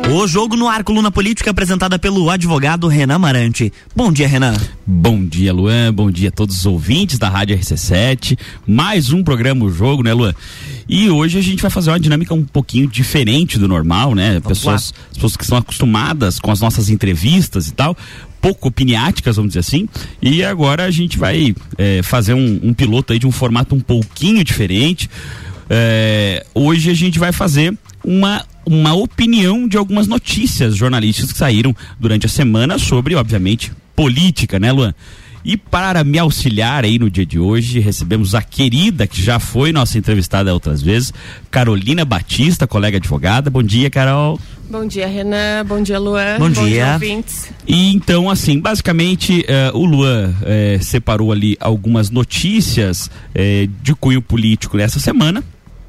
O Jogo no Ar, coluna política apresentada pelo advogado Renan Amarante. Bom dia, Renan. Bom dia, Luan. Bom dia a todos os ouvintes da Rádio RC7. Mais um programa O Jogo, né, Luan? E hoje a gente vai fazer uma dinâmica um pouquinho diferente do normal, né? As pessoas que estão acostumadas com as nossas entrevistas e tal, pouco opiniáticas, vamos dizer assim, e agora a gente vai fazer um piloto aí de um formato um pouquinho diferente. Hoje a gente vai fazer uma opinião de algumas notícias jornalísticas que saíram durante a semana sobre, obviamente, política, né, Luan? E para me auxiliar aí no dia de hoje, recebemos a querida, que já foi nossa entrevistada outras vezes, Carolina Batista, colega advogada. Bom dia, Carol. Bom dia, Renan. Bom dia, Luan. Bom dia, ouvintes. E então, assim, basicamente, o Luan separou ali algumas notícias de cunho político nessa semana.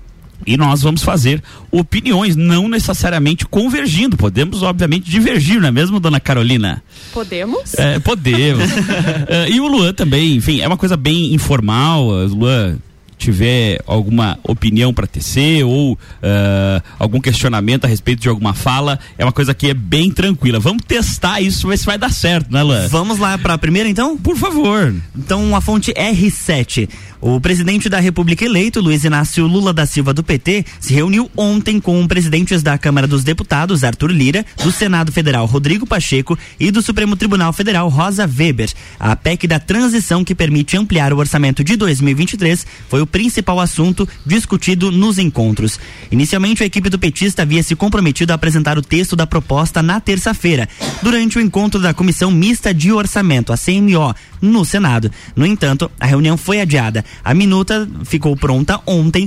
E nós vamos fazer opiniões, não necessariamente convergindo. Podemos, obviamente, divergir, não é mesmo, dona Carolina? Podemos? Podemos. E o Luan também, enfim, é uma coisa bem informal. O Luan tiver alguma opinião para tecer ou algum questionamento a respeito de alguma fala, é uma coisa que é bem tranquila. Vamos testar isso, ver se vai dar certo, né, Luan? Vamos lá para a primeira, então? Por favor. Então, a fonte R7. O presidente da República eleito, Luiz Inácio Lula da Silva, do PT, se reuniu ontem com presidentes da Câmara dos Deputados, Arthur Lira, do Senado Federal, Rodrigo Pacheco, e do Supremo Tribunal Federal, Rosa Weber. A PEC da transição, que permite ampliar o orçamento de 2023, foi o principal assunto discutido nos encontros. Inicialmente, a equipe do petista havia se comprometido a apresentar o texto da proposta na terça-feira, durante o encontro da Comissão Mista de Orçamento, a CMO, no Senado. No entanto, a reunião foi adiada. A minuta ficou pronta ontem,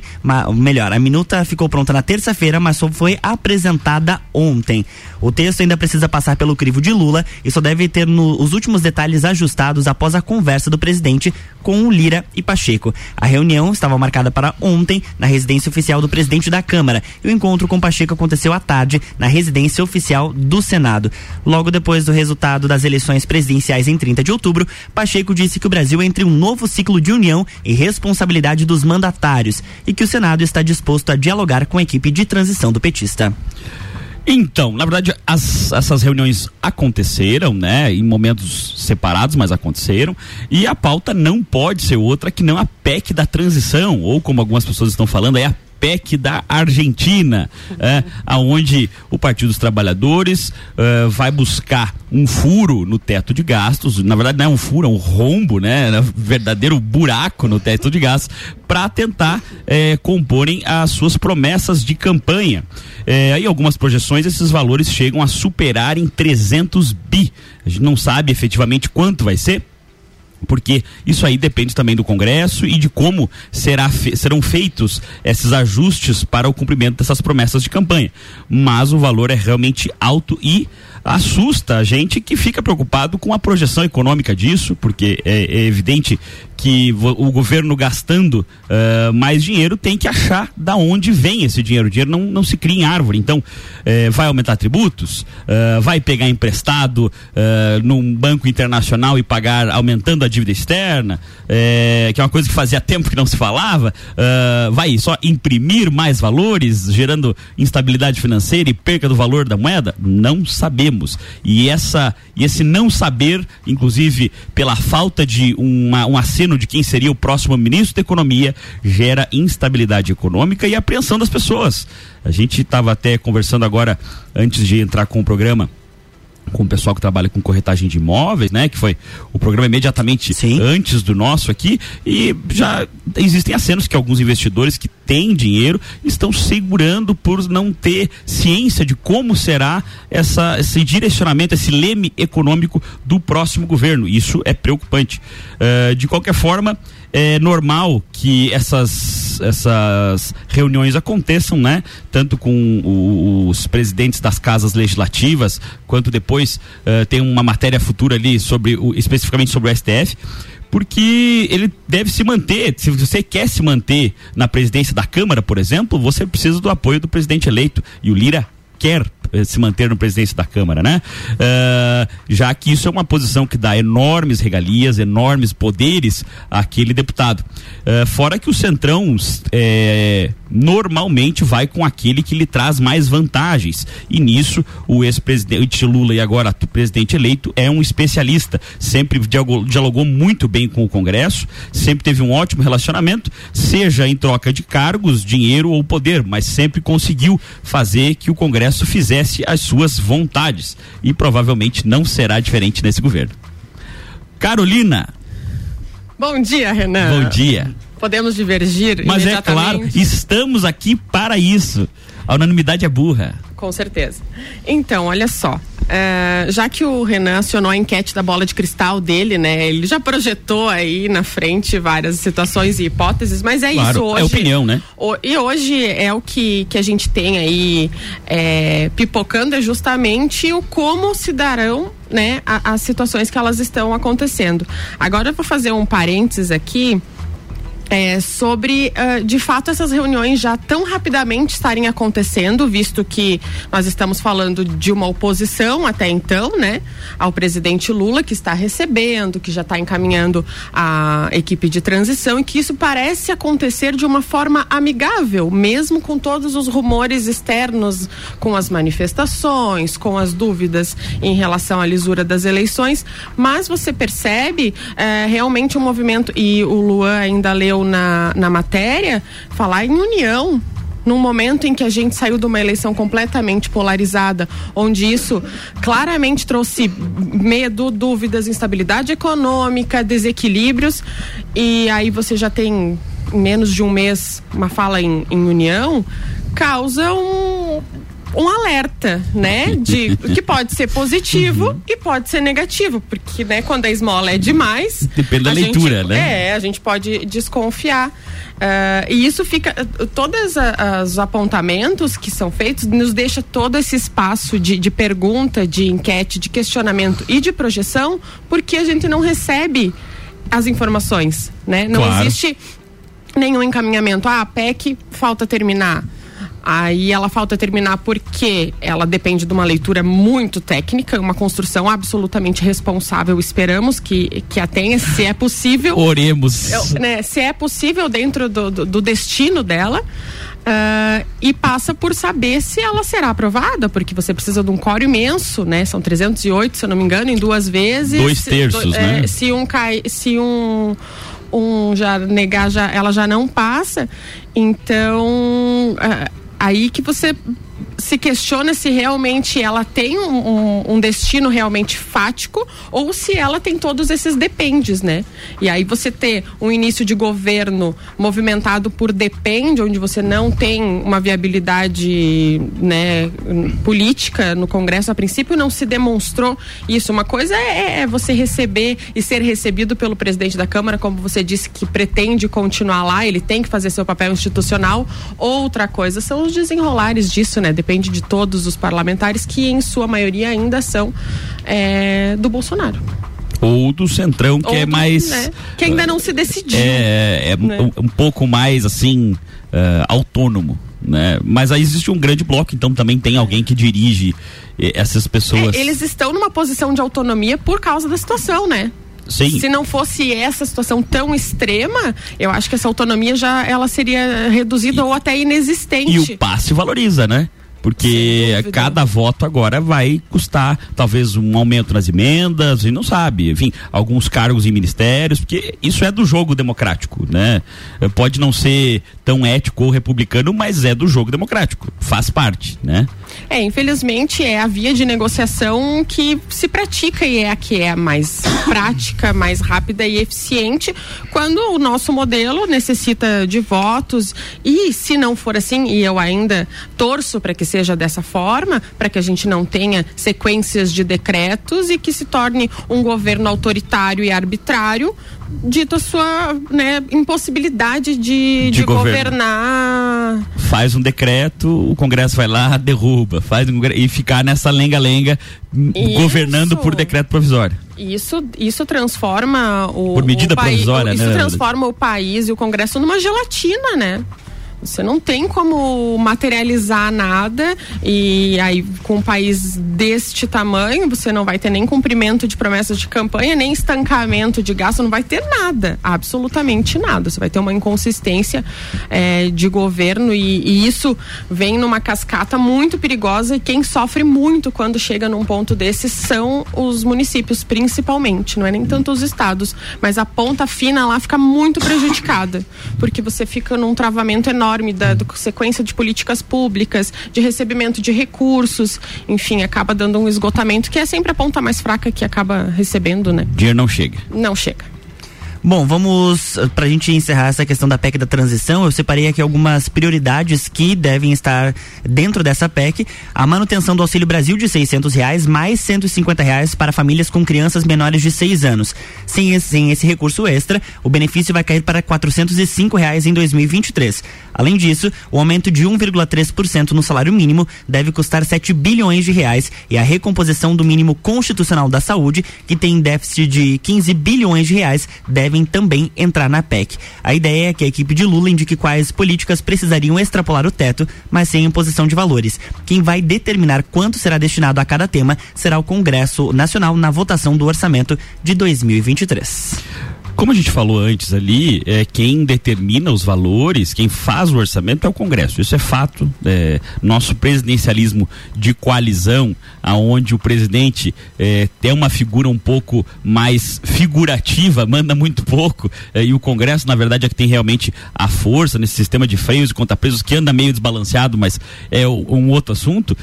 a minuta ficou pronta na terça-feira, mas só foi apresentada ontem. O texto ainda precisa passar pelo crivo de Lula e só deve ter os últimos detalhes ajustados após a conversa do presidente com o Lira e Pacheco. A reunião estava marcada para ontem na residência oficial do presidente da Câmara e o encontro com Pacheco aconteceu à tarde na residência oficial do Senado. Logo depois do resultado das eleições presidenciais em 30 de outubro, Pacheco disse que o Brasil entra em um novo ciclo de união e responsabilidade dos mandatários e que o Senado está disposto a dialogar com a equipe de transição do petista. Então, na verdade, essas reuniões aconteceram, né, em momentos separados, mas aconteceram, e a pauta não pode ser outra que não a PEC da transição, ou como algumas pessoas estão falando, é a PEC da Argentina, aonde o Partido dos Trabalhadores vai buscar um furo no teto de gastos. Na verdade não é um furo, é um rombo, né? É um verdadeiro buraco no teto de gastos, para tentar comporem as suas promessas de campanha. Aí algumas projeções, esses valores chegam a superar em 300 bi. A gente não sabe efetivamente quanto vai ser, porque isso aí depende também do Congresso e de como serão feitos esses ajustes para o cumprimento dessas promessas de campanha. Mas o valor é realmente alto e assusta a gente que fica preocupado com a projeção econômica disso, porque é evidente que o governo gastando mais dinheiro tem que achar da onde vem esse dinheiro. O dinheiro não se cria em árvore. Então, vai aumentar tributos, vai pegar emprestado num banco internacional e pagar aumentando a dívida externa, que é uma coisa que fazia tempo que não se falava, vai só imprimir mais valores, gerando instabilidade financeira e perca do valor da moeda? Não sabemos. E esse não saber, inclusive pela falta de um aceno de quem seria o próximo ministro da Economia, gera instabilidade econômica e apreensão das pessoas. A gente estava até conversando agora, antes de entrar com o programa, com o pessoal que trabalha com corretagem de imóveis, né? Que foi o programa imediatamente antes do nosso aqui, e já existem acenos que alguns investidores que têm dinheiro estão segurando por não ter ciência de como será esse direcionamento, esse leme econômico do próximo governo. Isso é preocupante. De qualquer forma, é normal que essas reuniões aconteçam, né? Tanto com os presidentes das casas legislativas, quanto depois tem uma matéria futura ali especificamente sobre o STF, porque ele deve se manter. Se você quer se manter na presidência da Câmara, por exemplo, você precisa do apoio do presidente eleito, e o Lira quer se manter no presidência da Câmara, né? Já que isso é uma posição que dá enormes regalias, enormes poderes àquele deputado. Fora que o Centrão normalmente vai com aquele que lhe traz mais vantagens, e nisso o ex-presidente Lula, e agora o presidente eleito, é um especialista, sempre dialogou muito bem com o Congresso, sempre teve um ótimo relacionamento, seja em troca de cargos, dinheiro ou poder, mas sempre conseguiu fazer que o Congresso fizesse as suas vontades, e provavelmente não será diferente nesse governo. Carolina. Bom dia, Renan. Bom dia. Podemos divergir. Mas é claro, estamos aqui para isso. A unanimidade é burra. Com certeza. Então, olha só. Já que o Renan acionou a enquete da bola de cristal dele, né? Ele já projetou aí na frente várias situações e hipóteses, mas claro, isso hoje. É opinião, né? E hoje é o que a gente tem aí pipocando, é justamente o como se darão, né, as situações que elas estão acontecendo. Agora eu vou fazer um parênteses aqui. Sobre, de fato, essas reuniões já tão rapidamente estarem acontecendo, visto que nós estamos falando de uma oposição até então, né, ao presidente Lula, que está recebendo, que já está encaminhando a equipe de transição, e que isso parece acontecer de uma forma amigável, mesmo com todos os rumores externos, com as manifestações, com as dúvidas em relação à lisura das eleições, mas você percebe realmente um movimento, e o Luan ainda leu na matéria, falar em união, num momento em que a gente saiu de uma eleição completamente polarizada, onde isso claramente trouxe medo, dúvidas, instabilidade econômica, desequilíbrios, e aí você já tem em menos de um mês uma fala em união, causa um alerta, né, de que pode ser positivo e pode ser negativo, porque, né, quando a esmola é demais, depende da leitura, né? A gente pode desconfiar. E isso fica, todos os apontamentos que são feitos nos deixa todo esse espaço de pergunta, de enquete, de questionamento e de projeção, porque a gente não recebe as informações, né? Não existe nenhum encaminhamento. A PEC falta terminar. Aí ela falta terminar porque ela depende de uma leitura muito técnica, uma construção absolutamente responsável. Esperamos que a tenha, se é possível. Oremos. Se é possível dentro do destino dela. E passa por saber se ela será aprovada, porque você precisa de um quórum imenso, né? São 308, se eu não me engano, em 2 vezes. 2/3, né? Se um já negar, ela já não passa. Então, aí que você se questiona se realmente ela tem um destino realmente fático ou se ela tem todos esses dependes, né? E aí você ter um início de governo movimentado por depende, onde você não tem uma viabilidade, né, política no Congresso, a princípio não se demonstrou isso. Uma coisa é você receber e ser recebido pelo presidente da Câmara, como você disse, que pretende continuar lá, ele tem que fazer seu papel institucional. Outra coisa são os desenrolares disso, né? Depende de todos os parlamentares, que em sua maioria ainda são do Bolsonaro. Ou do Centrão, que é mais... Né? Que ainda não se decidiu. Né? um pouco mais, assim, autônomo, né? Mas aí existe um grande bloco, então também tem alguém que dirige essas pessoas. Eles estão numa posição de autonomia por causa da situação, né? Sim. Se não fosse essa situação tão extrema, eu acho que essa autonomia ela seria reduzida ou até inexistente. E o passe valoriza, né? Porque cada voto agora vai custar talvez um aumento nas emendas, e não sabe, enfim, alguns cargos em ministérios, porque isso é do jogo democrático, né? Pode não ser tão ético ou republicano, mas é do jogo democrático, faz parte, né? Infelizmente é a via de negociação que se pratica e é a que é mais prática, mais rápida e eficiente, quando o nosso modelo necessita de votos. E se não for assim, e eu ainda torço para que seja dessa forma, para que a gente não tenha sequências de decretos e que se torne um governo autoritário e arbitrário, dito a sua, né, impossibilidade de governar. Faz um decreto, o Congresso vai lá, derruba, e ficar nessa lenga-lenga, governando por decreto provisório. Isso transforma por medida provisória, isso né? transforma o país e o Congresso numa gelatina, né? Você não tem como materializar nada, e aí com um país deste tamanho você não vai ter nem cumprimento de promessas de campanha, nem estancamento de gasto, não vai ter nada, absolutamente nada. Você vai ter uma inconsistência de governo, e isso vem numa cascata muito perigosa, e quem sofre muito quando chega num ponto desse são os municípios, principalmente, não é nem tanto os estados, mas a ponta fina lá fica muito prejudicada, porque você fica num travamento enorme da sequência de políticas públicas, de recebimento de recursos, enfim, acaba dando um esgotamento, que é sempre a ponta mais fraca que acaba recebendo, né? Dinheiro não chega. Não chega. Bom, vamos, pra gente encerrar essa questão da PEC da transição, eu separei aqui algumas prioridades que devem estar dentro dessa PEC. A manutenção do Auxílio Brasil de R$600, mais R$150 para famílias com crianças menores de 6 anos. Sem esse recurso extra, o benefício vai cair para R$405 em 2023. Além disso, o aumento de 1,3% no salário mínimo deve custar R$7 bilhões, e a recomposição do mínimo constitucional da saúde, que tem déficit de R$15 bilhões, devem também entrar na PEC. A ideia é que a equipe de Lula indique quais políticas precisariam extrapolar o teto, mas sem imposição de valores. Quem vai determinar quanto será destinado a cada tema será o Congresso Nacional na votação do orçamento de 2023. Como a gente falou antes ali, quem determina os valores, quem faz o orçamento é o Congresso. Isso é fato. Nosso presidencialismo de coalizão, aonde o presidente tem uma figura um pouco mais figurativa, manda muito pouco, e o Congresso, na verdade, é que tem realmente a força nesse sistema de freios e contrapesos que anda meio desbalanceado, mas é um outro assunto.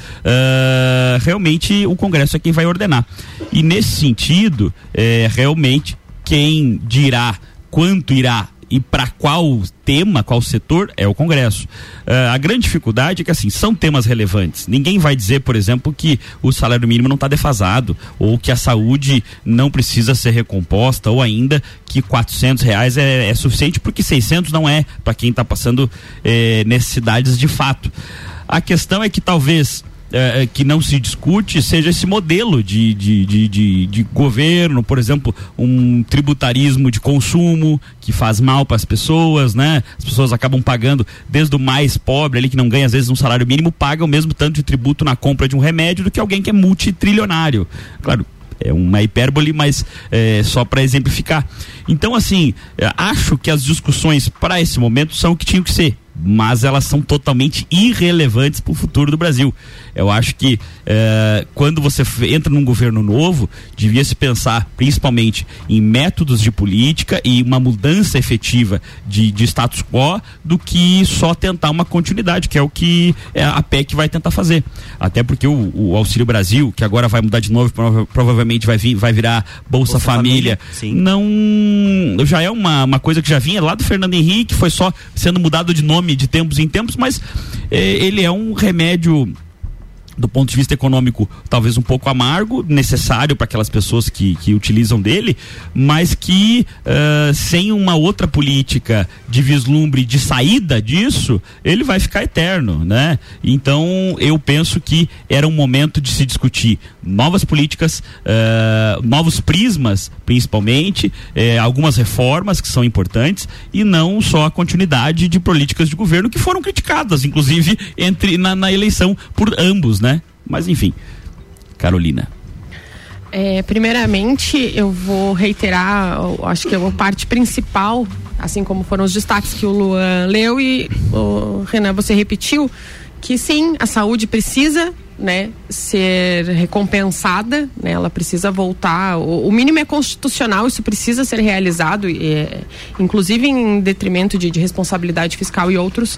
Realmente o Congresso é quem vai ordenar. E nesse sentido, realmente quem dirá quanto irá e para qual tema, qual setor, é o Congresso. A grande dificuldade é que, assim, são temas relevantes. Ninguém vai dizer, por exemplo, que o salário mínimo não está defasado, ou que a saúde não precisa ser recomposta, ou ainda que R$400 é suficiente, porque 600 não é para quem está passando necessidades de fato. A questão é que talvez que não se discute seja esse modelo de governo, por exemplo, um tributarismo de consumo que faz mal para as pessoas, né? As pessoas acabam pagando, desde o mais pobre ali, que não ganha às vezes um salário mínimo, paga o mesmo tanto de tributo na compra de um remédio do que alguém que é multitrilionário. Claro, é uma hipérbole, mas só para exemplificar. Então, assim, acho que as discussões para esse momento são o que tinham que ser, mas elas são totalmente irrelevantes para o futuro do Brasil. Eu acho que quando você entra num governo novo, devia se pensar principalmente em métodos de política e uma mudança efetiva de status quo, do que só tentar uma continuidade, que é o que a PEC vai tentar fazer. Até porque o Auxílio Brasil, que agora vai mudar de novo, provavelmente vai virar Bolsa Família, não, já é uma coisa que já vinha lá do Fernando Henrique, foi só sendo mudado de nome de tempos em tempos, mas ele é um remédio, do ponto de vista econômico, talvez um pouco amargo, necessário para aquelas pessoas que utilizam dele, mas que sem uma outra política de vislumbre de saída disso, ele vai ficar eterno, né? Então eu penso que era um momento de se discutir novas políticas, novos prismas, principalmente, algumas reformas que são importantes, e não só a continuidade de políticas de governo que foram criticadas, inclusive na eleição por ambos, né? Mas enfim, Carolina. Primeiramente, eu vou reiterar, acho que a parte principal, assim como foram os destaques que o Luan leu e o Renan, você repetiu, que sim, a saúde precisa, né, ser recompensada, né, ela precisa voltar, o mínimo é constitucional, isso precisa ser realizado, inclusive em detrimento de responsabilidade fiscal e outros,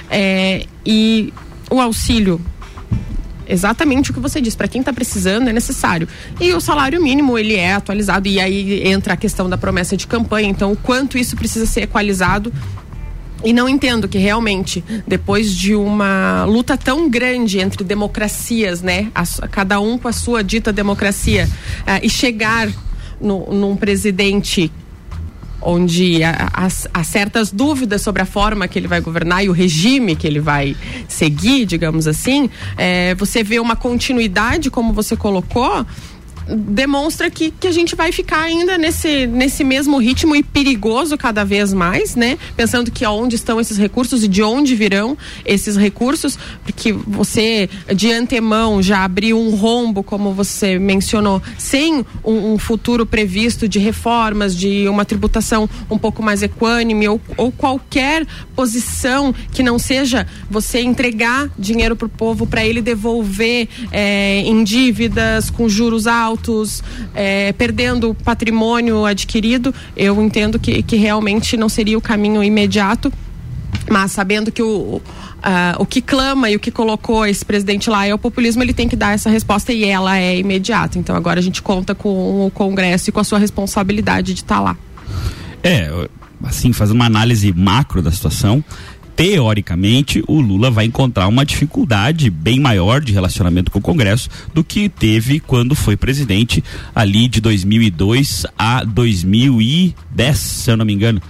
e o auxílio, exatamente o que você disse, para quem está precisando é necessário. E o salário mínimo, ele é atualizado, e aí entra a questão da promessa de campanha, então o quanto isso precisa ser equalizado. E não entendo que realmente, depois de uma luta tão grande entre democracias, né, cada um com a sua dita democracia, e chegar num presidente onde há certas dúvidas sobre a forma que ele vai governar e o regime que ele vai seguir, digamos assim, você vê uma continuidade, como você colocou, demonstra que a gente vai ficar ainda nesse mesmo ritmo e perigoso cada vez mais, né? Pensando que onde estão esses recursos e de onde virão esses recursos, porque você de antemão já abriu um rombo, como você mencionou, sem um futuro previsto de reformas, de uma tributação um pouco mais equânime ou qualquer posição que não seja você entregar dinheiro pro povo para ele devolver em dívidas, com juros altos, perdendo patrimônio adquirido. Eu entendo que realmente não seria o caminho imediato, mas sabendo que o que clama e o que colocou esse presidente lá é o populismo, ele tem que dar essa resposta e ela é imediata. Então agora a gente conta com o Congresso e com a sua responsabilidade de estar lá. Assim, fazendo uma análise macro da situação, teoricamente o Lula vai encontrar uma dificuldade bem maior de relacionamento com o Congresso do que teve quando foi presidente ali de 2002 a 2010, se eu não me engano.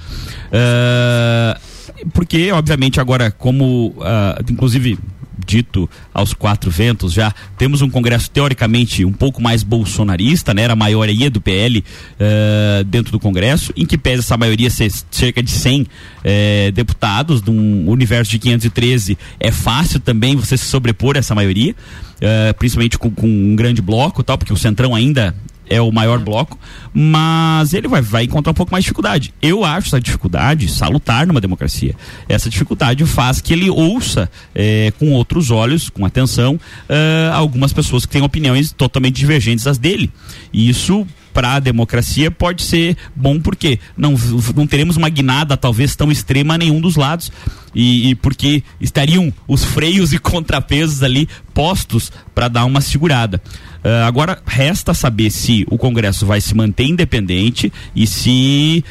Porque, obviamente, agora, como inclusive dito aos quatro ventos, já temos um Congresso teoricamente um pouco mais bolsonarista, né? Era a maioria do PL dentro do Congresso, em que pese essa maioria ser cerca de 100 deputados, num universo de 513, é fácil também você se sobrepor a essa maioria, principalmente com um grande bloco, tal, porque o Centrão ainda é o maior bloco, mas ele vai encontrar um pouco mais de dificuldade. Eu acho essa dificuldade salutar numa democracia. Essa dificuldade faz que ele ouça com outros olhos, com atenção, algumas pessoas que têm opiniões totalmente divergentes das dele. E isso, para a democracia, pode ser bom, porque não teremos uma guinada talvez tão extrema a nenhum dos lados, e porque estariam os freios e contrapesos ali postos para dar uma segurada. Agora resta saber se o Congresso vai se manter independente e se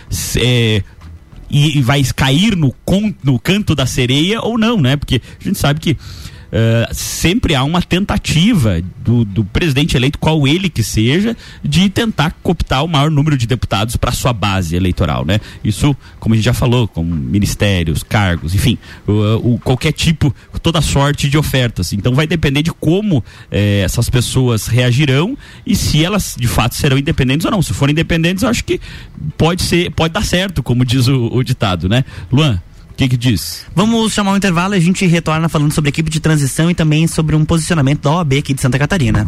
vai cair no canto da sereia ou não, né? Porque a gente sabe que sempre há uma tentativa do presidente eleito, qual ele que seja, de tentar cooptar o maior número de deputados para sua base eleitoral, né? Isso, como a gente já falou, como ministérios, cargos, enfim, qualquer tipo, toda sorte de ofertas. Então vai depender de como essas pessoas reagirão e se elas de fato serão independentes ou não. Se forem independentes, eu acho que pode dar certo, como diz o ditado, né? Luan, o que diz? Vamos chamar um intervalo e a gente retorna falando sobre a equipe de transição e também sobre um posicionamento da OAB aqui de Santa Catarina.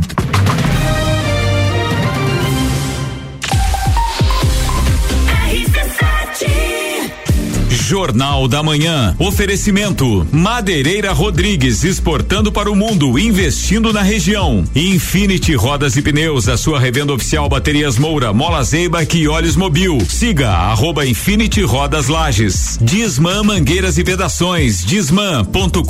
Jornal da Manhã. Oferecimento: Madeireira Rodrigues, exportando para o mundo, investindo na região. Infinity Rodas e Pneus, a sua revenda oficial Baterias Moura, Mola Zeibach e Olhos Mobil. Siga @Infinity Rodas Lages. Disman Mangueiras e Vedações, disman.com.br.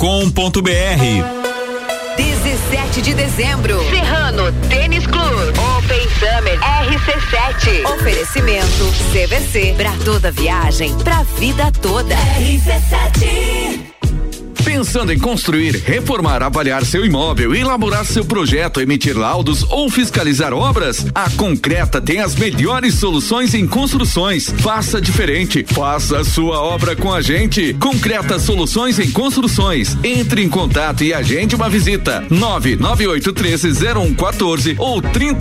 17 de dezembro, Serrano Tênis Clube, Open Summer RC7. Oferecimento CVC, pra toda viagem, pra vida toda. RC7. Pensando em construir, reformar, avaliar seu imóvel, elaborar seu projeto, emitir laudos ou fiscalizar obras? A Concreta tem as melhores soluções em construções. Faça diferente. Faça a sua obra com a gente. Concreta Soluções em Construções. Entre em contato e agende uma visita. 998130114 ou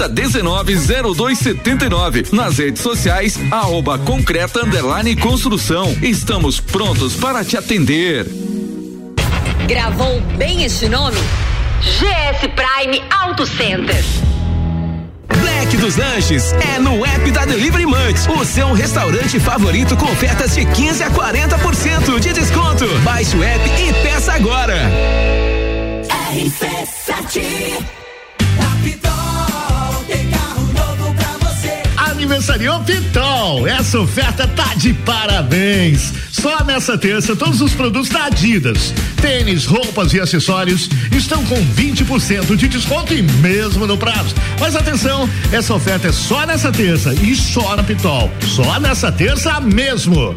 30190279. Nas redes sociais, @Concreta_Construção. Estamos prontos para te atender. Gravou bem este nome? GS Prime Auto Center. Black dos Lanches é no app da Delivery Munch, o seu restaurante favorito com ofertas de 15 a 40% de desconto. Baixe o app e peça agora. RC7 Pitol, tem carro novo pra você. Aniversariou Pitol, essa oferta tá de parabéns. Só nessa terça, todos os produtos da Adidas, tênis, roupas e acessórios estão com 20% de desconto e mesmo no prazo. Mas atenção, essa oferta é só nessa terça e só na Pitol. Só nessa terça mesmo.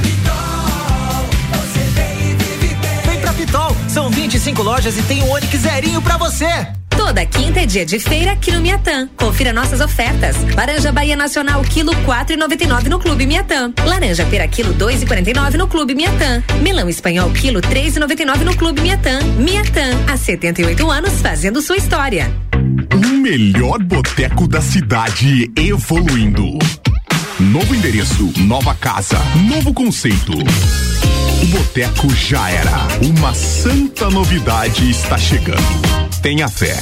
Vem pra Pitol, são 25 lojas e tem um Onix zerinho pra você. Toda quinta é dia de feira aqui no Miatã. Confira nossas ofertas. Laranja Bahia Nacional, quilo 4,99 no Clube Miatã. Laranja Pera, quilo 2,49 no Clube Miatã. Melão Espanhol, quilo 3,99 no Clube Miatã. Miatã, há 78 anos fazendo sua história. O melhor boteco da cidade evoluindo. Novo endereço, nova casa, novo conceito. O boteco já era. Uma santa novidade está chegando. Tenha fé.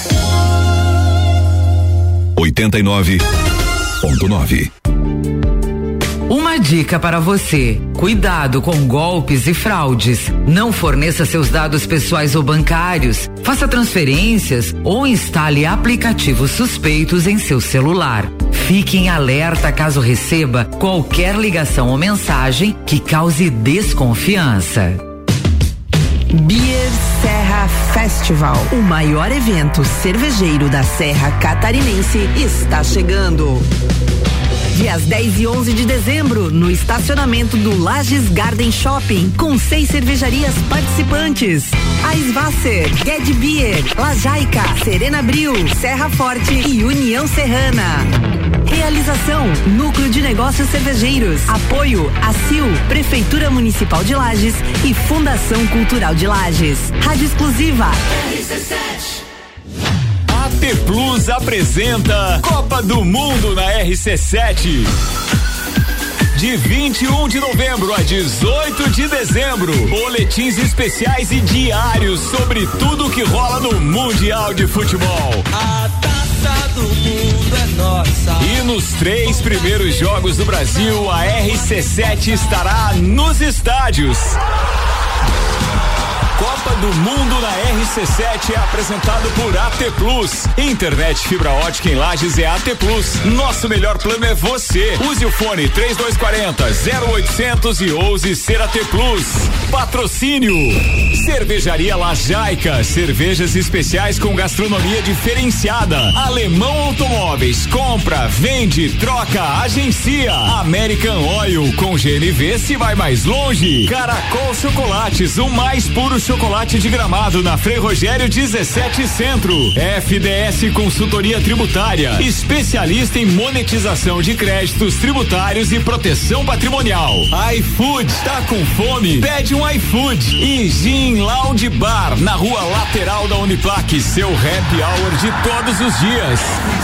89.9. Uma dica para você: cuidado com golpes e fraudes. Não forneça seus dados pessoais ou bancários, faça transferências ou instale aplicativos suspeitos em seu celular. Fique em alerta caso receba qualquer ligação ou mensagem que cause desconfiança. Beer Serra Festival, o maior evento cervejeiro da Serra Catarinense, está chegando. Dias 10 e 11 de dezembro, no estacionamento do Lages Garden Shopping, com 6 cervejarias participantes: Eisvasser, Ged Beer, Lajaica, Serena Bril, Serra Forte e União Serrana. Realização: Núcleo de Negócios Cervejeiros. Apoio: ACIL, Prefeitura Municipal de Lages e Fundação Cultural de Lages. Rádio exclusiva RC7. AT Plus apresenta Copa do Mundo na RC7. De 21 de novembro a 18 de dezembro, boletins especiais e diários sobre tudo que rola no Mundial de Futebol. A taça do mundo é nossa. E nos 3 primeiros jogos do Brasil, a RC7 estará nos estádios. Copa do Mundo na RC7 é apresentado por AT Plus. Internet fibra ótica em Lages é AT Plus. Nosso melhor plano é você. Use o fone 3240-0800 e ouse ser AT Plus. Patrocínio: Cervejaria Lajaica, cervejas especiais com gastronomia diferenciada. Alemão Automóveis, compra, vende, troca, agencia. American Oil, com GNV se vai mais longe. Caracol Chocolates, o mais puro chocolate de Gramado, na Frei Rogério 17 Centro. FDS Consultoria Tributária, especialista em monetização de créditos tributários e proteção patrimonial. iFood, tá com fome? Pede um iFood. E Gin Lounge Bar, na rua lateral da Uniplac, seu happy hour de todos os dias.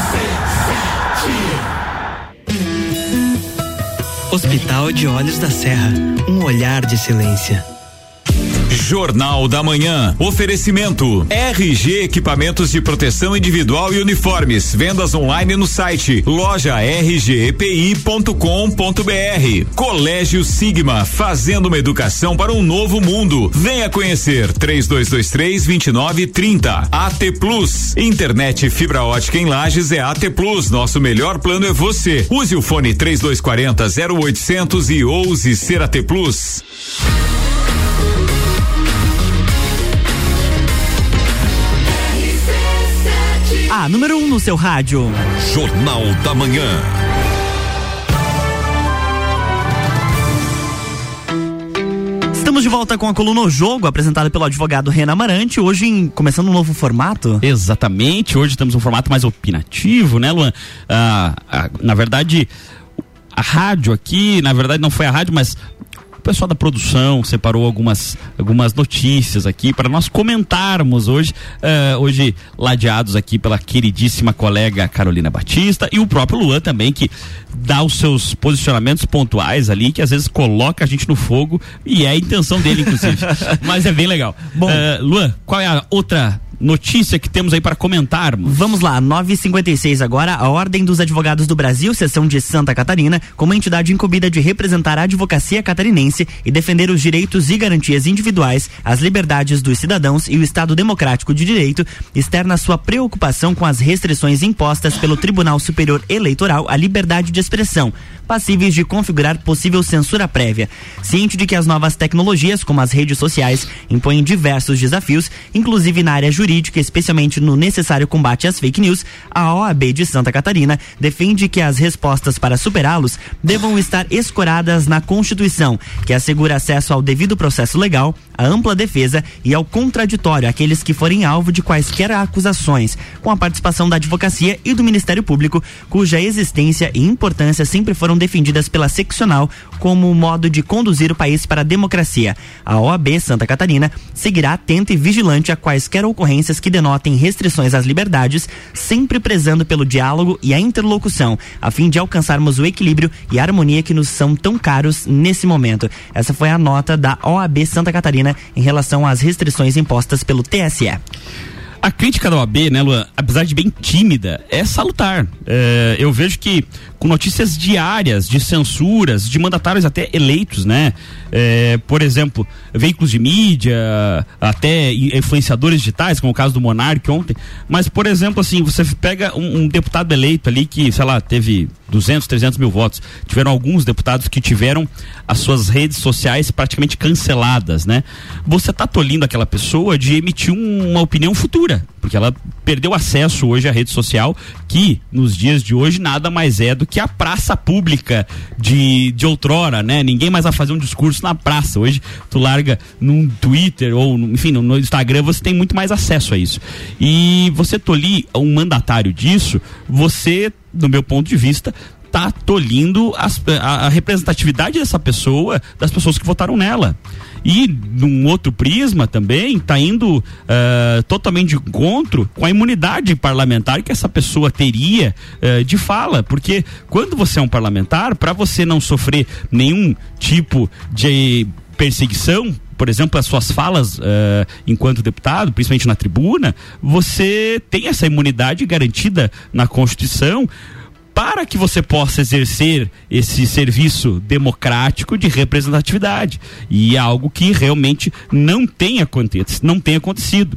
Hospital de Olhos da Serra, um olhar de excelência. Jornal da Manhã. Oferecimento: RG Equipamentos de Proteção Individual e Uniformes. Vendas online no site loja-rgepi.com.br. Colégio Sigma, fazendo uma educação para um novo mundo. Venha conhecer. 3223-2930. AT Plus. Internet fibra ótica em Lages é AT Plus. Nosso melhor plano é você. Use o fone 3240-0800 e ouse ser AT Plus. A número 1 no seu rádio. Jornal da Manhã. Estamos de volta com a coluna O Jogo, apresentada pelo advogado Renan Amarante, hoje começando um novo formato. Exatamente, hoje temos um formato mais opinativo, né, Luan? Na verdade, a rádio aqui, na verdade não foi a rádio, mas o pessoal da produção separou algumas notícias aqui para nós comentarmos hoje ladeados aqui pela queridíssima colega Carolina Batista e o próprio Luan também, que dá os seus posicionamentos pontuais ali, que às vezes coloca a gente no fogo, e é a intenção dele, inclusive. Mas é bem legal. Bom, Luan, qual é a outra notícia que temos aí para comentarmos? Vamos lá, 9h56 agora. A Ordem dos Advogados do Brasil, seção de Santa Catarina, como entidade incumbida de representar a advocacia catarinense e defender os direitos e garantias individuais, as liberdades dos cidadãos e o Estado Democrático de Direito, externa sua preocupação com as restrições impostas pelo Tribunal Superior Eleitoral à liberdade de expressão, passíveis de configurar possível censura prévia. Ciente de que as novas tecnologias, como as redes sociais, impõem diversos desafios, inclusive na área jurídica, especialmente no necessário combate às fake news, a OAB de Santa Catarina defende que as respostas para superá-los devam estar escoradas na Constituição, que assegura acesso ao devido processo legal, à ampla defesa e ao contraditório aqueles que forem alvo de quaisquer acusações, com a participação da advocacia e do Ministério Público, cuja existência e importância sempre foram defendidas pela seccional como modo de conduzir o país para a democracia. A OAB Santa Catarina seguirá atenta e vigilante a quaisquer ocorrências que denotem restrições às liberdades, sempre prezando pelo diálogo e a interlocução, a fim de alcançarmos o equilíbrio e a harmonia que nos são tão caros nesse momento. Essa foi a nota da OAB Santa Catarina em relação às restrições impostas pelo TSE. A crítica da OAB, né, Luan, apesar de bem tímida, é salutar. Eu vejo que com notícias diárias de censuras, de mandatários até eleitos, né? Por exemplo, veículos de mídia, até influenciadores digitais, como o caso do Monark ontem. Mas, por exemplo, assim, você pega um deputado eleito ali que, sei lá, teve 200, 300 mil votos. Tiveram alguns deputados que tiveram as suas redes sociais praticamente canceladas, né? Você tá tolindo aquela pessoa de emitir uma opinião futura, porque ela perdeu acesso hoje à rede social, que nos dias de hoje nada mais é do que a praça pública de outrora, né? Ninguém mais vai fazer um discurso na praça. Hoje tu larga num Twitter ou enfim, no Instagram, você tem muito mais acesso a isso. E você tolir um mandatário disso, você, no meu ponto de vista, tá tolindo a representatividade dessa pessoa, das pessoas que votaram nela. E num outro prisma também tá indo totalmente de encontro com a imunidade parlamentar que essa pessoa teria de fala, porque quando você é um parlamentar, para você não sofrer nenhum tipo de perseguição, por exemplo, as suas falas enquanto deputado, principalmente na tribuna, você tem essa imunidade garantida na Constituição, para que você possa exercer esse serviço democrático de representatividade. E é algo que realmente não tem acontecido.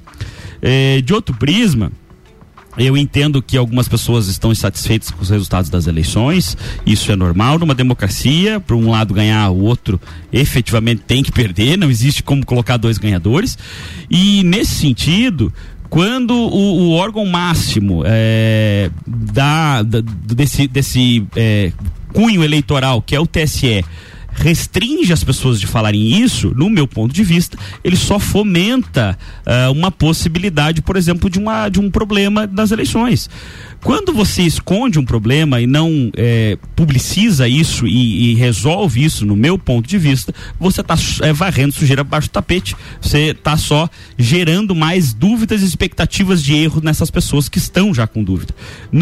De outro prisma, eu entendo que algumas pessoas estão insatisfeitas com os resultados das eleições. Isso é normal numa democracia. Por um lado ganhar, o outro efetivamente tem que perder. Não existe como colocar dois ganhadores. E nesse sentido, quando o órgão máximo desse cunho eleitoral, que é o TSE, restringe as pessoas de falarem isso, no meu ponto de vista, ele só fomenta uma possibilidade, por exemplo, de um problema das eleições. Quando você esconde um problema e não publiciza isso e resolve isso, no meu ponto de vista, você está varrendo sujeira abaixo do tapete. Você está só gerando mais dúvidas e expectativas de erro nessas pessoas que estão já com dúvida.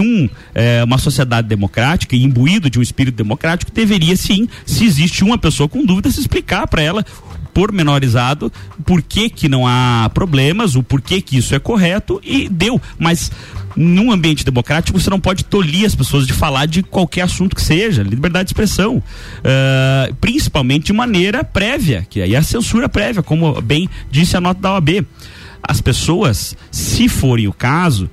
Uma sociedade democrática e imbuído de um espírito democrático, deveria sim, se existe uma pessoa com dúvida, se explicar para ela pormenorizado por que não há problemas, o porquê que isso é correto, e deu. Mas num ambiente democrático você não pode tolir as pessoas de falar de qualquer assunto que seja, liberdade de expressão, principalmente de maneira prévia, que aí é a censura prévia, como bem disse a nota da OAB. As pessoas, se forem o caso,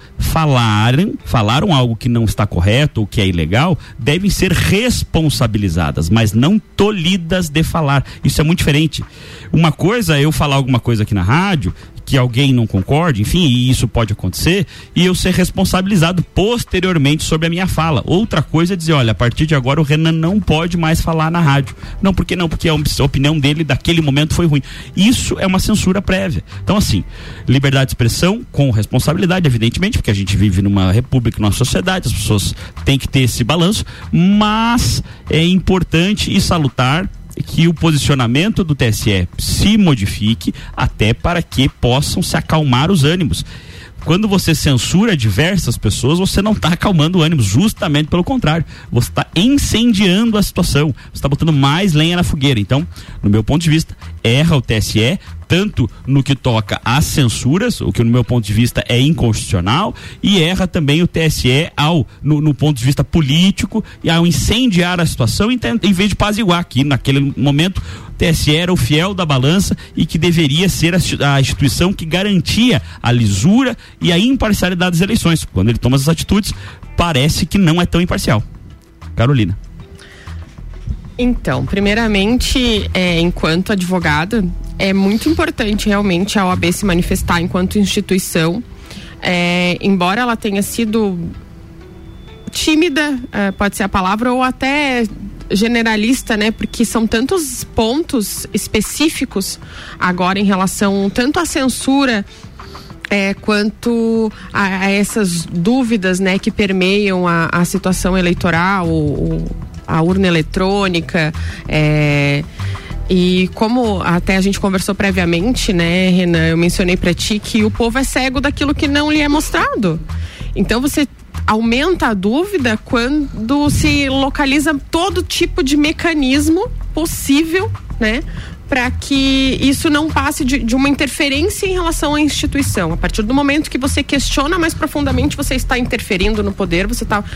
falaram algo que não está correto ou que é ilegal, devem ser responsabilizadas, mas não tolhidas de falar. Isso é muito diferente. Uma coisa é eu falar alguma coisa aqui na rádio que alguém não concorde, enfim, e isso pode acontecer, e eu ser responsabilizado posteriormente sobre a minha fala. Outra coisa é dizer, olha, a partir de agora o Renan não pode mais falar na rádio. Não, por que não? Porque a opinião dele daquele momento foi ruim. Isso é uma censura prévia. Então, assim, liberdade de expressão com responsabilidade, evidentemente, porque a gente vive numa república, numa sociedade, as pessoas têm que ter esse balanço, mas é importante e salutar que o posicionamento do TSE se modifique, até para que possam se acalmar os ânimos. Quando você censura diversas pessoas, você não está acalmando o ânimo, justamente pelo contrário, você está incendiando a situação, você está botando mais lenha na fogueira. Então, no meu ponto de vista, erra o TSE, tanto no que toca às censuras, o que no meu ponto de vista é inconstitucional, e erra também o TSE no ponto de vista político, e ao incendiar a situação, em vez de apaziguar, que naquele momento o TSE era o fiel da balança e que deveria ser a instituição que garantia a lisura e a imparcialidade das eleições. Quando ele toma essas atitudes, parece que não é tão imparcial. Carolina. Então, primeiramente, enquanto advogada, é muito importante realmente a OAB se manifestar enquanto instituição. Embora ela tenha sido tímida, pode ser a palavra, ou até generalista, né? Porque são tantos pontos específicos agora em relação tanto à censura quanto a essas dúvidas, né, que permeiam a situação eleitoral, a urna eletrônica, e como até a gente conversou previamente, né, Renan, eu mencionei pra ti que o povo é cego daquilo que não lhe é mostrado. Então você aumenta a dúvida quando se localiza todo tipo de mecanismo possível, né, para que isso não passe de uma interferência em relação à instituição. A partir do momento que você questiona mais profundamente, você está interferindo no poder, você está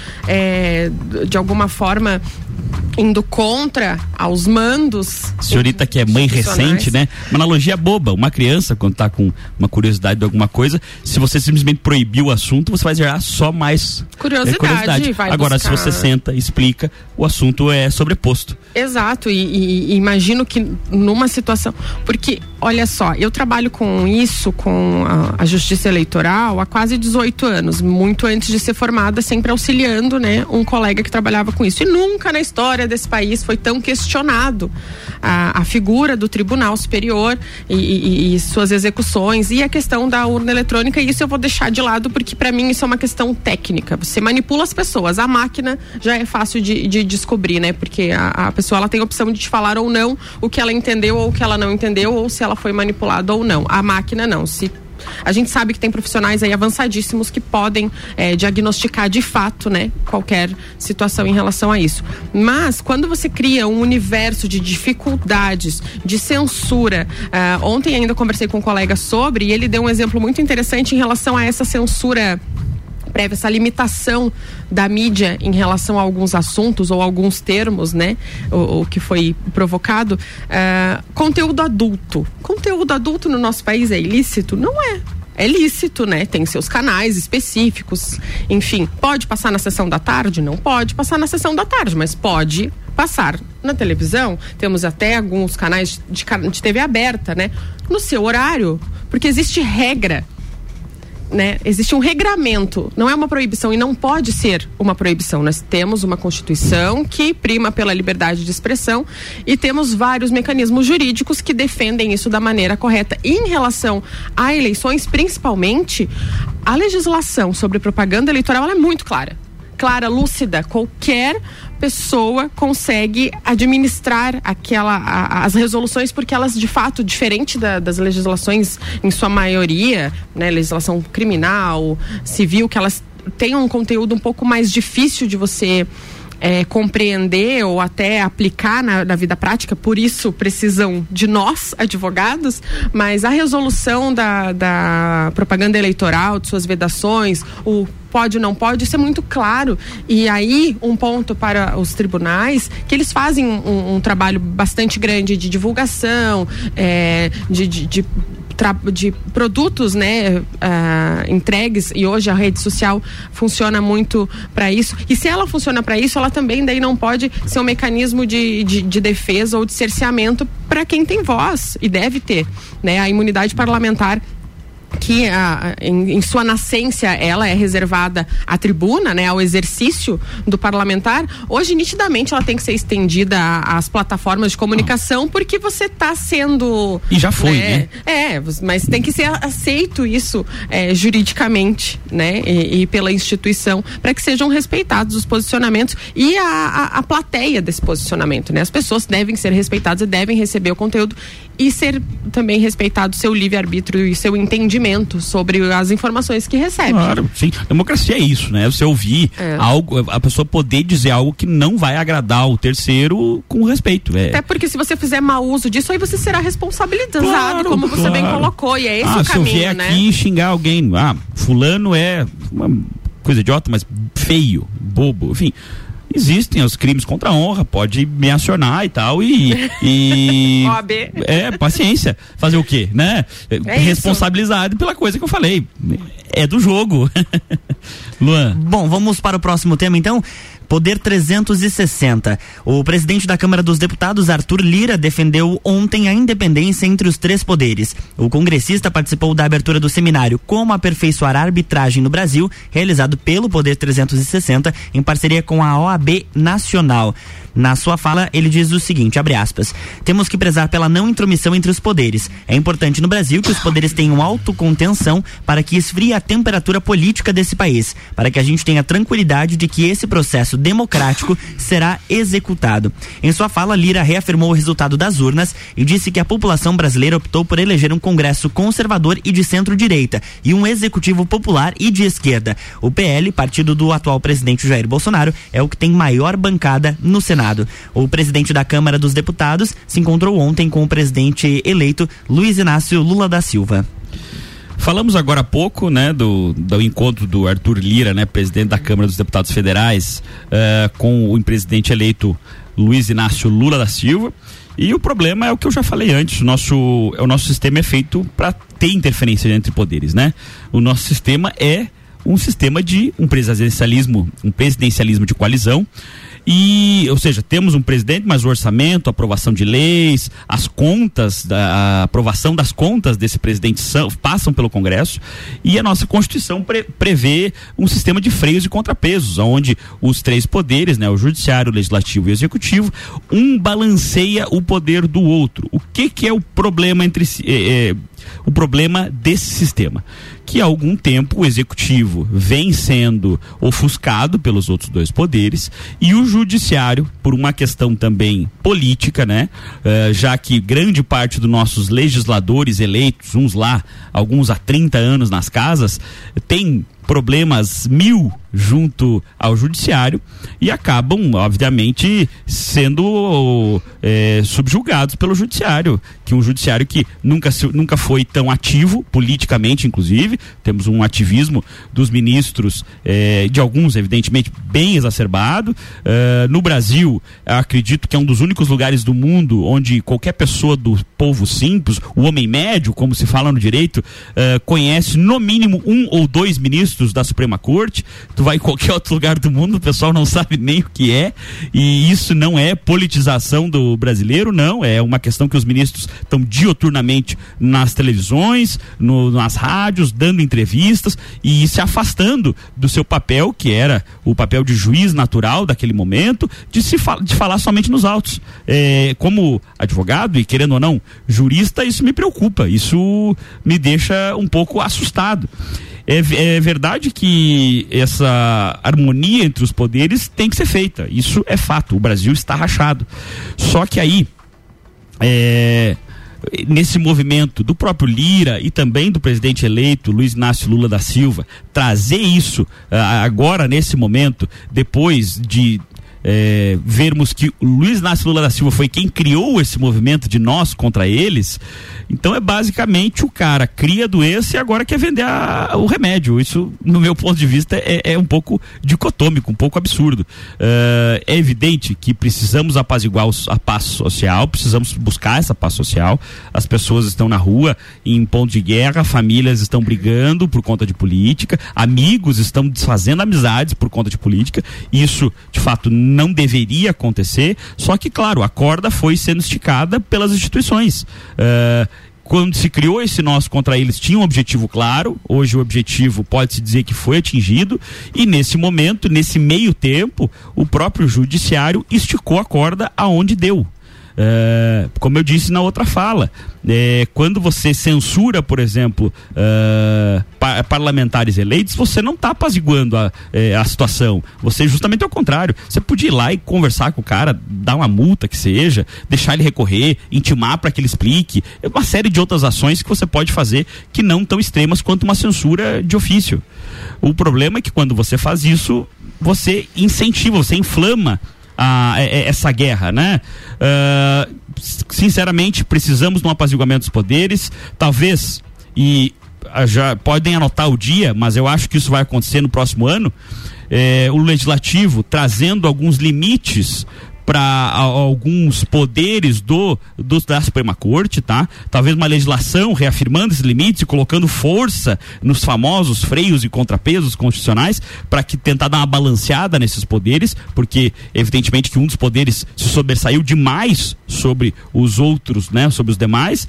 de alguma forma indo contra aos mandos. Senhorita que é mãe recente, né? Uma analogia boba. Uma criança, quando tá com uma curiosidade de alguma coisa, se você simplesmente proibir o assunto, você vai gerar só mais curiosidade. Agora, se você senta, explica, o assunto é sobreposto. Exato. E imagino que numa situação... Porque, olha só, eu trabalho com isso, com a justiça eleitoral há quase 18 anos. Muito antes de ser formada, sempre auxiliando, né, um colega que trabalhava com isso. E nunca na história desse país foi tão questionado a figura do Tribunal Superior e suas execuções e a questão da urna eletrônica. E isso eu vou deixar de lado porque para mim isso é uma questão técnica. Você manipula as pessoas, a máquina já é fácil de descobrir, né? Porque a pessoa ela tem a opção de te falar ou não o que ela entendeu ou o que ela não entendeu ou se ela foi manipulada ou não. A máquina não. A gente sabe que tem profissionais aí avançadíssimos que podem diagnosticar de fato, né, qualquer situação em relação a isso. Mas quando você cria um universo de dificuldades, de censura, ontem ainda conversei com um colega sobre e ele deu um exemplo muito interessante em relação a essa censura prévia, essa limitação da mídia em relação a alguns assuntos ou alguns termos, né? O que foi provocado. Conteúdo adulto. Conteúdo adulto no nosso país é ilícito? Não é. É lícito, né? Tem seus canais específicos. Enfim, pode passar na sessão da tarde? Não pode passar na sessão da tarde, mas pode passar na televisão. Temos até alguns canais de TV aberta, né? No seu horário, porque existe regra, né? Existe um regramento, não é uma proibição e não pode ser uma proibição. Nós temos uma Constituição que prima pela liberdade de expressão e temos vários mecanismos jurídicos que defendem isso da maneira correta. E em relação a eleições, principalmente, a legislação sobre propaganda eleitoral ela é muito clara, lúcida. Qualquer pessoa consegue administrar as resoluções, porque elas de fato, diferente das legislações em sua maioria, né, legislação criminal, civil, que elas têm um conteúdo um pouco mais difícil de você compreender ou até aplicar na vida prática, por isso precisam de nós, advogados, mas a resolução da propaganda eleitoral, de suas vedações, o pode ou não pode, isso é muito claro. E aí, um ponto para os tribunais, que eles fazem um trabalho bastante grande de divulgação, de produtos, né, entregues, e hoje a rede social funciona muito para isso. E se ela funciona para isso, ela também daí não pode ser um mecanismo de defesa ou de cerceamento para quem tem voz, e deve ter, né, a imunidade parlamentar, que em sua nascência ela é reservada à tribuna, né, ao exercício do parlamentar. Hoje nitidamente ela tem que ser estendida às plataformas de comunicação, porque você está sendo, e já foi, né? Mas tem que ser aceito isso juridicamente, né, e pela instituição, para que sejam respeitados os posicionamentos e a plateia desse posicionamento, né? As pessoas devem ser respeitadas e devem receber o conteúdo e ser também respeitado o seu livre-arbítrio e seu entendimento sobre as informações que recebe. Claro, sim. Democracia é isso, né? Você ouvir algo, a pessoa poder dizer algo que não vai agradar o terceiro com respeito. Até porque se você fizer mau uso disso, aí você será responsabilizado, como você bem colocou, e é esse o caminho, se eu vier aqui e xingar alguém, fulano é uma coisa idiota, mas feio, bobo, enfim... Existem os crimes contra a honra, pode me acionar e tal, e OAB. Paciência, fazer o quê, né? Responsabilizado pela coisa que eu falei, é do jogo. Luan. Bom, vamos para o próximo tema então. Poder 360. O presidente da Câmara dos Deputados, Arthur Lira, defendeu ontem a independência entre os três poderes. O congressista participou da abertura do seminário Como Aperfeiçoar a Arbitragem no Brasil, realizado pelo Poder 360, em parceria com a OAB Nacional. Na sua fala, ele diz o seguinte, abre aspas, temos que prezar pela não intromissão entre os poderes. É importante no Brasil que os poderes tenham autocontenção para que esfrie a temperatura política desse país, para que a gente tenha tranquilidade de que esse processo democrático será executado. Em sua fala, Lira reafirmou o resultado das urnas e disse que a população brasileira optou por eleger um Congresso conservador e de centro-direita e um executivo popular e de esquerda. O PL, partido do atual presidente Jair Bolsonaro, é o que tem maior bancada no Senado. O presidente da Câmara dos Deputados se encontrou ontem com o presidente eleito Luiz Inácio Lula da Silva. Falamos agora há pouco, né, do encontro do Arthur Lira, né, presidente da Câmara dos Deputados Federais, com o presidente eleito Luiz Inácio Lula da Silva. E o problema é o que eu já falei antes, o nosso sistema é feito para ter interferência entre poderes, né? O nosso sistema é um sistema de um presidencialismo de coalizão. Ou seja, temos um presidente, mas o orçamento, a aprovação de leis, as contas, a aprovação das contas desse presidente passam pelo Congresso, e a nossa Constituição prevê um sistema de freios e contrapesos, onde os três poderes, né, o judiciário, o legislativo e o executivo, um balanceia o poder do outro. O que é o problema o problema desse sistema? Que há algum tempo o executivo vem sendo ofuscado pelos outros dois poderes, e o judiciário, por uma questão também política, né? Já que grande parte dos nossos legisladores eleitos, alguns há 30 anos nas casas, tem problemas junto ao judiciário e acabam, obviamente, sendo subjugados pelo judiciário, que um judiciário que nunca foi tão ativo, politicamente inclusive. Temos um ativismo dos ministros, de alguns evidentemente bem exacerbado. No Brasil, acredito que é um dos únicos lugares do mundo onde qualquer pessoa do povo simples, o homem médio, como se fala no direito, conhece no mínimo um ou dois ministros da Suprema Corte. Tu vai em qualquer outro lugar do mundo, o pessoal não sabe nem o que é, e isso não é politização do brasileiro, não, é uma questão que os ministros estão dioturnamente nas televisões, nas rádios, dando entrevistas e se afastando do seu papel, que era o papel de juiz natural daquele momento, de falar somente nos autos. Como advogado e, querendo ou não, jurista, isso me preocupa, isso me deixa um pouco assustado. É verdade que essa harmonia entre os poderes tem que ser feita, isso é fato, o Brasil está rachado. Só que aí, nesse movimento do próprio Lira e também do presidente eleito Luiz Inácio Lula da Silva, trazer isso agora nesse momento, depois de vermos que o Luiz Inácio Lula da Silva foi quem criou esse movimento de nós contra eles, então é basicamente o cara cria a doença e agora quer vender o remédio. Isso, no meu ponto de vista, é um pouco dicotômico, um pouco absurdo. É evidente que precisamos apaziguar a paz social, precisamos buscar essa paz social. As pessoas estão na rua em ponto de guerra, famílias estão brigando por conta de política, amigos estão desfazendo amizades por conta de política. Isso, de fato, não deveria acontecer, só que, claro, a corda foi sendo esticada pelas instituições. Quando se criou esse nós contra eles, tinha um objetivo claro. Hoje o objetivo pode-se dizer que foi atingido, e nesse momento, nesse meio tempo, o próprio judiciário esticou a corda aonde deu. Como eu disse na outra fala, quando você censura, por exemplo, parlamentares eleitos, você não está apaziguando a situação, você justamente ao contrário, você podia ir lá e conversar com o cara, dar uma multa que seja, deixar ele recorrer, intimar para que ele explique, uma série de outras ações que você pode fazer que não tão extremas quanto uma censura de ofício. O problema é que quando você faz isso, você incentiva, você inflama essa guerra, né? Sinceramente, precisamos de um apaziguamento dos poderes, talvez, e já podem anotar o dia, mas eu acho que isso vai acontecer no próximo ano, o legislativo trazendo alguns limites para alguns poderes da Suprema Corte, tá? Talvez uma legislação reafirmando esses limites e colocando força nos famosos freios e contrapesos constitucionais para que tentar dar uma balanceada nesses poderes, porque evidentemente que um dos poderes se sobressaiu demais sobre os outros, né? Sobre os demais,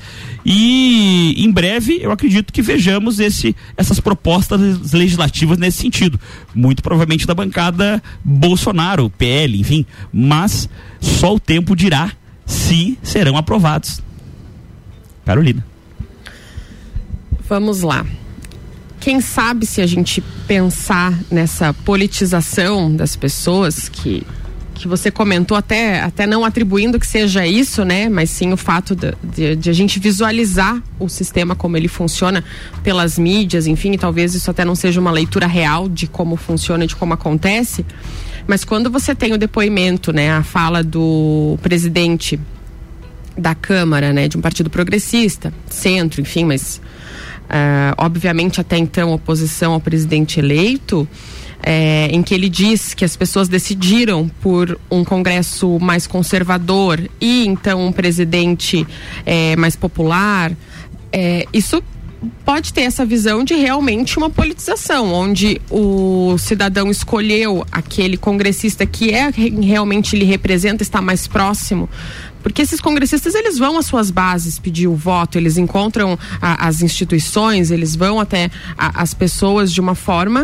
e em breve eu acredito que vejamos essas propostas legislativas nesse sentido, muito provavelmente da bancada Bolsonaro, PL, enfim, mas só o tempo dirá se serão aprovados. Carolina. Vamos lá. Quem sabe, se a gente pensar nessa politização das pessoas que você comentou, até não atribuindo que seja isso, né? Mas sim o fato de a gente visualizar o sistema como ele funciona pelas mídias, enfim, e talvez isso até não seja uma leitura real de como funciona, de como acontece. Mas quando você tem o depoimento, né? A fala do presidente da Câmara, né? De um partido progressista, centro, enfim, mas obviamente até então oposição ao presidente eleito, em que ele diz que as pessoas decidiram por um Congresso mais conservador e então um presidente mais popular, isso pode ter essa visão de realmente uma politização, onde o cidadão escolheu aquele congressista que realmente lhe representa, está mais próximo. Porque esses congressistas, eles vão às suas bases pedir o voto, eles encontram as instituições, eles vão até as pessoas de uma forma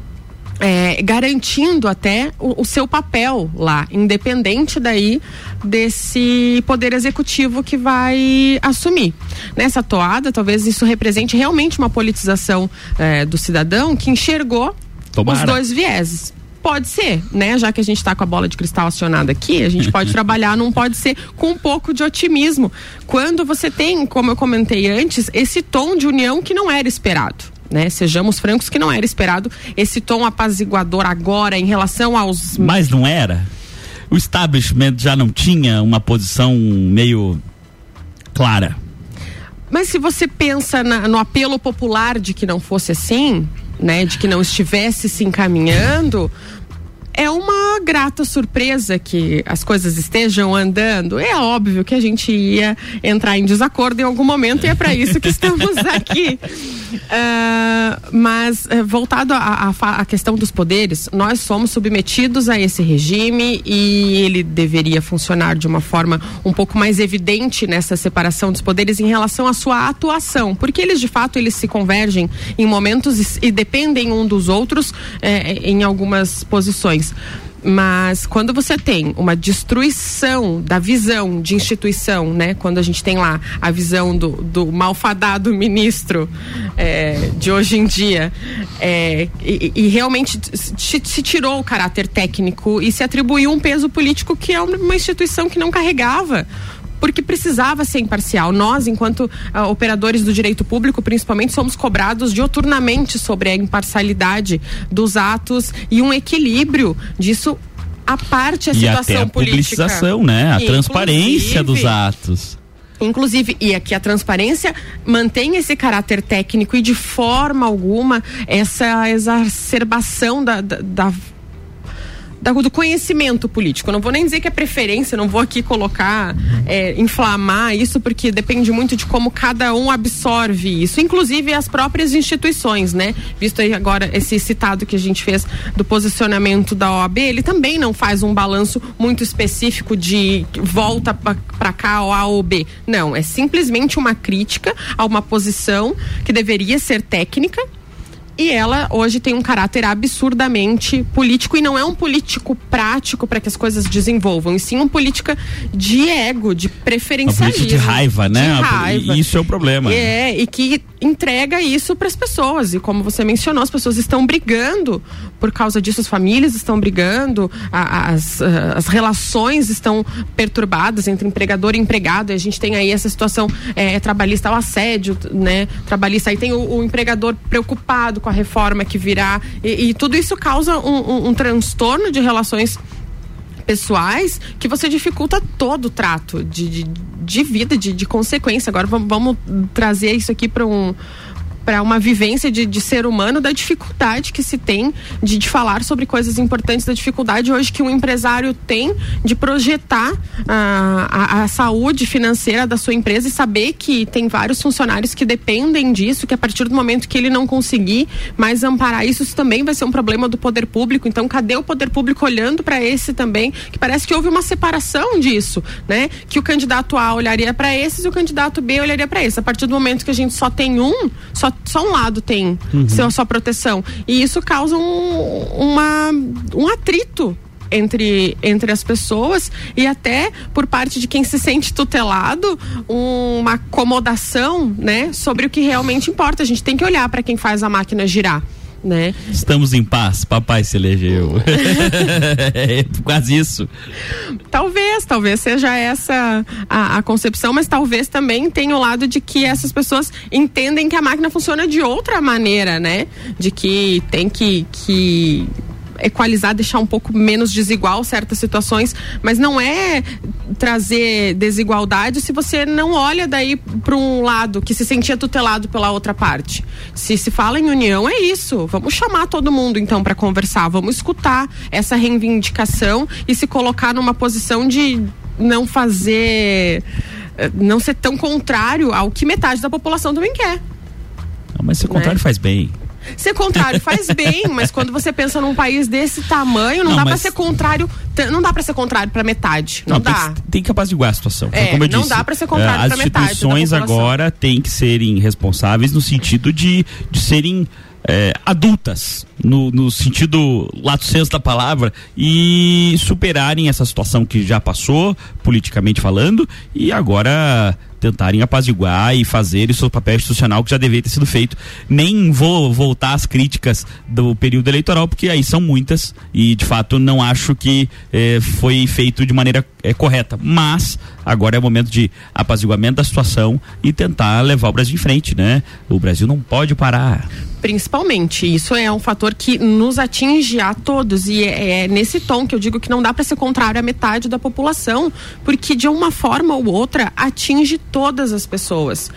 garantindo até o seu papel lá, independente daí desse poder executivo que vai assumir. Nessa toada, talvez isso represente realmente uma politização do cidadão que enxergou os dois vieses. Pode ser, né? Já que a gente está com a bola de cristal acionada aqui, a gente pode trabalhar num pode ser com um pouco de otimismo. Quando você tem, como eu comentei antes, esse tom de união que não era esperado, né? Sejamos francos, que não era esperado esse tom apaziguador agora em relação aos... Mas não era? O establishment já não tinha uma posição meio clara? Mas se você pensa no apelo popular de que não fosse assim, né? De que não estivesse se encaminhando... É uma grata surpresa que as coisas estejam andando. É óbvio que a gente ia entrar em desacordo em algum momento e é para isso que estamos aqui. Mas voltado à questão dos poderes, nós somos submetidos a esse regime e ele deveria funcionar de uma forma um pouco mais evidente nessa separação dos poderes em relação à sua atuação, porque eles de fato eles se convergem em momentos e dependem um dos outros em algumas posições. Mas quando você tem uma destruição da visão de instituição, né? Quando a gente tem lá a visão do malfadado ministro de hoje em dia, e realmente se tirou o caráter técnico e se atribuiu um peso político que é uma instituição que não carregava, porque precisava ser imparcial. Nós, enquanto operadores do direito público, principalmente, somos cobrados dioturnamente sobre a imparcialidade dos atos e um equilíbrio disso, a parte a situação até a política. Publicização, né? A transparência dos atos. Inclusive, e aqui a transparência mantém esse caráter técnico e de forma alguma essa exacerbação do conhecimento político. Eu não vou nem dizer que é preferência, não vou aqui colocar, inflamar isso, porque depende muito de como cada um absorve isso, inclusive as próprias instituições, né? Visto aí agora esse citado que a gente fez do posicionamento da OAB, ele também não faz um balanço muito específico de volta para cá ou A ou B. Não, é simplesmente uma crítica a uma posição que deveria ser técnica. E ela hoje tem um caráter absurdamente político, e não é um político prático para que as coisas desenvolvam, e sim uma política de ego, de preferencialismo. Uma política de raiva, né? De raiva. Isso é o problema. E que entrega isso para as pessoas, e como você mencionou, as pessoas estão brigando por causa disso, as famílias estão brigando, as relações estão perturbadas entre empregador e empregado, e a gente tem aí essa situação trabalhista, o assédio, né, trabalhista, aí tem o empregador preocupado com a reforma que virá, e tudo isso causa um transtorno de relações pessoais que você dificulta todo o trato de vida, de consequência. Agora vamos trazer isso aqui para uma vivência de ser humano, da dificuldade que se tem de falar sobre coisas importantes, da dificuldade hoje que um empresário tem de projetar a saúde financeira da sua empresa e saber que tem vários funcionários que dependem disso, que a partir do momento que ele não conseguir mais amparar isso também vai ser um problema do poder público. Então, cadê o poder público olhando para esse também? Que parece que houve uma separação disso, né? Que o candidato A olharia para esses e o candidato B olharia para esse. A partir do momento que a gente só tem só um lado tem sua proteção. E isso causa um atrito entre as pessoas e até por parte de quem se sente tutelado, uma acomodação, né, sobre o que realmente importa. A gente tem que olhar para quem faz a máquina girar, né? Estamos em paz, papai se elegeu. É quase isso. Talvez seja essa a concepção, mas talvez também tenha o lado de que essas pessoas entendem que a máquina funciona de outra maneira, né? De que tem que equalizar, deixar um pouco menos desigual certas situações, mas não é trazer desigualdade se você não olha daí para um lado que se sentia tutelado pela outra parte. Se fala em união, é isso. Vamos chamar todo mundo então para conversar, vamos escutar essa reivindicação e se colocar numa posição de não ser tão contrário ao que metade da população também quer. Não, mas ser contrário faz bem. Ser contrário faz bem, mas quando você pensa num país desse tamanho, não dá pra ser contrário, não dá pra ser contrário pra metade, não dá. Tem que apaziguar a situação, como eu disse. Não dá pra ser contrário pra metade da população. As instituições agora têm que serem responsáveis no sentido de serem adultas, no sentido lato sensu da palavra, e superarem essa situação que já passou, politicamente falando, e agora tentarem apaziguar e fazer o seu papel institucional que já deveria ter sido feito. Nem vou voltar às críticas do período eleitoral, porque aí são muitas e de fato não acho que foi feito de maneira correta, mas agora é o momento de apaziguamento da situação e tentar levar o Brasil em frente, né? O Brasil não pode parar. Principalmente, isso é um fator que nos atinge a todos e é nesse tom que eu digo que não dá para ser contrário à metade da população, porque de uma forma ou outra atinge todas as pessoas.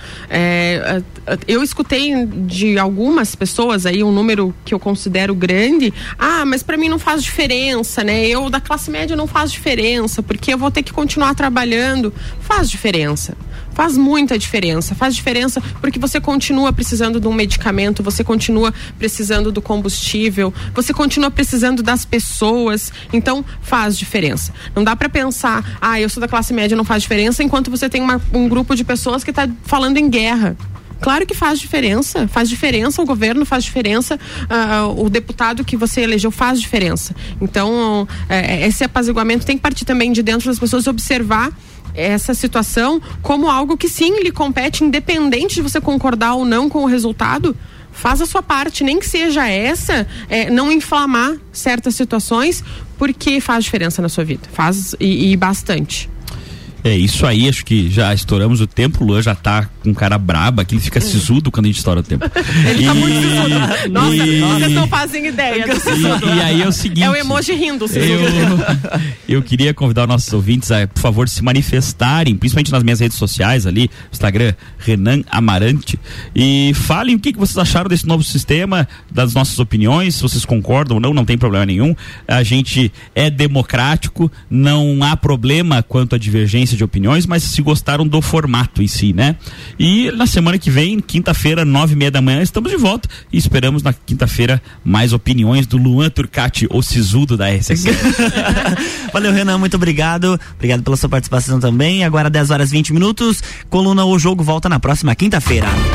Eu escutei de algumas pessoas aí um número que eu considero grande, mas para mim não faz diferença, né? Eu da classe média não faz diferença, porque eu vou ter que continuar trabalhando. Faz diferença. Faz muita diferença, faz diferença porque você continua precisando de um medicamento, você continua precisando do combustível, você continua precisando das pessoas, então faz diferença. Não dá para pensar, eu sou da classe média, não faz diferença, enquanto você tem um grupo de pessoas que está falando em guerra. Claro que faz diferença o governo faz diferença, o deputado que você elegeu faz diferença. Então, esse apaziguamento tem que partir também de dentro das pessoas, observar essa situação como algo que sim lhe compete, independente de você concordar ou não com o resultado. Faz a sua parte, nem que seja não inflamar certas situações, porque faz diferença na sua vida, faz e bastante. É isso aí, acho que já estouramos o tempo. O Luan já tá com cara braba, que ele fica sisudo quando a gente estoura o tempo. Ele tá muito sisudo. Nossa, vocês não fazem ideia do sisudo. E aí é o seguinte... É o emoji rindo, sisudo. Eu queria convidar os nossos ouvintes a, por favor, se manifestarem, principalmente nas minhas redes sociais ali, Instagram, Renan Amarante, e falem o que vocês acharam desse novo sistema, das nossas opiniões, se vocês concordam ou não tem problema nenhum. A gente é democrático, não há problema quanto à divergência de opiniões, mas se gostaram do formato em si, né? E na semana que vem, quinta-feira, 9:30 da manhã, estamos de volta e esperamos na quinta-feira mais opiniões do Luan Turcati, o sisudo da RCC. Valeu, Renan, muito obrigado. Obrigado pela sua participação também. Agora 10h20, coluna O Jogo volta na próxima quinta-feira.